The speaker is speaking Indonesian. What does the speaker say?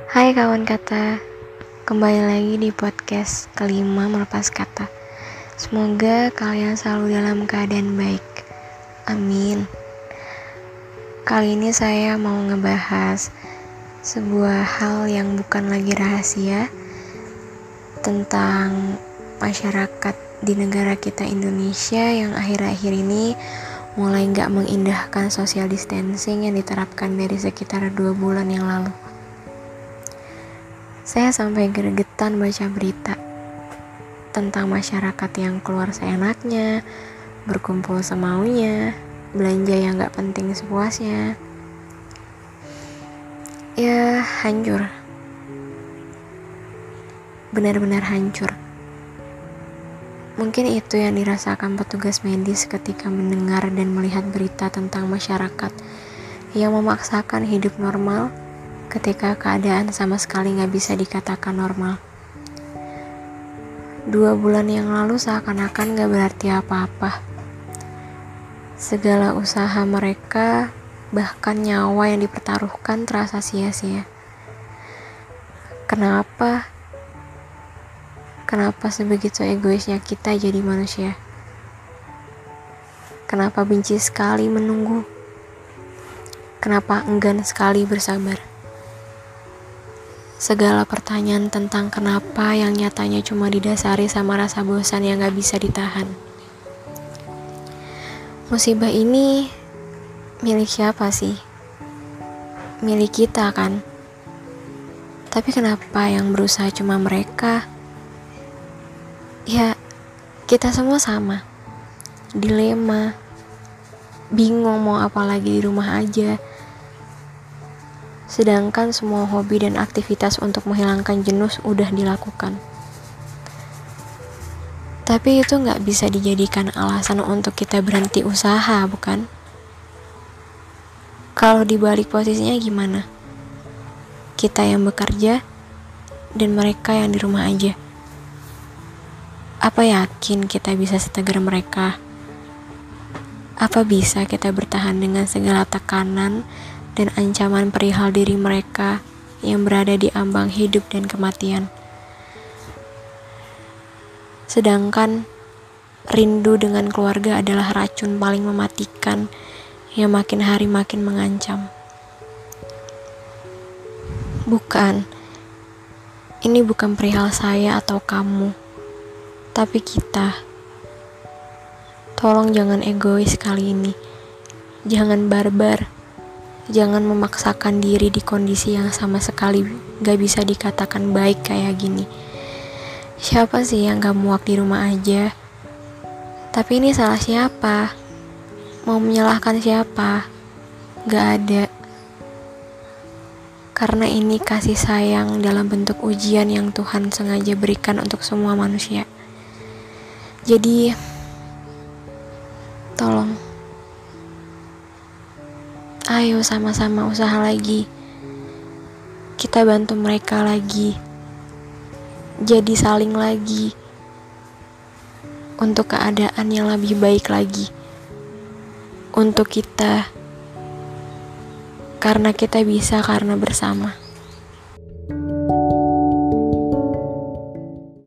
Hai kawan kata, kembali lagi di podcast kelima melepas kata. Semoga kalian selalu dalam keadaan baik. Amin. Kali ini saya mau ngebahas sebuah hal yang bukan lagi rahasia tentang masyarakat di negara kita Indonesia yang akhir-akhir ini mulai gak mengindahkan social distancing yang diterapkan dari sekitar 2 bulan yang lalu. Saya sampai gregetan baca berita tentang masyarakat yang keluar seenaknya, berkumpul semaunya, belanja yang gak penting sepuasnya. Ya, hancur. Benar-benar hancur. Mungkin itu yang dirasakan petugas medis ketika mendengar dan melihat berita tentang masyarakat yang memaksakan hidup normal ketika keadaan sama sekali gak bisa dikatakan normal. 2 bulan yang lalu seakan-akan gak berarti apa-apa. Segala usaha mereka, bahkan nyawa yang dipertaruhkan terasa sia-sia. Kenapa sebegitu egoisnya kita jadi manusia? Kenapa benci sekali menunggu? Kenapa enggan sekali bersabar? Segala pertanyaan tentang kenapa yang nyatanya cuma didasari sama rasa bosan yang gak bisa ditahan. Musibah ini milik siapa sih? Milik kita kan? Tapi kenapa yang berusaha cuma mereka? Ya, kita semua sama. Dilema, bingung mau apa lagi di rumah aja. Sedangkan semua hobi dan aktivitas untuk menghilangkan jenuh udah dilakukan. Tapi itu gak bisa dijadikan alasan untuk kita berhenti usaha, bukan? Kalau dibalik posisinya gimana? Kita yang bekerja dan mereka yang di rumah aja. Apa yakin kita bisa setegar mereka? Apa bisa kita bertahan dengan segala tekanan dan ancaman perihal diri mereka yang berada di ambang hidup dan kematian? Sedangkan rindu dengan keluarga adalah racun paling mematikan yang makin hari makin mengancam. Bukan, ini bukan perihal saya atau kamu, tapi kita. Tolong jangan egois kali ini. Jangan barbar. Jangan memaksakan diri di kondisi yang sama sekali gak bisa dikatakan baik kayak gini. Siapa sih yang gak muak di rumah aja? Tapi ini salah siapa? Mau menyalahkan siapa? Gak ada. Karena ini kasih sayang dalam bentuk ujian yang Tuhan sengaja berikan untuk semua manusia. Jadi, tolong. Ayo sama-sama usaha lagi. Kita bantu mereka lagi. Jadi saling lagi. Untuk keadaan yang lebih baik lagi. Untuk kita. Karena kita bisa karena bersama.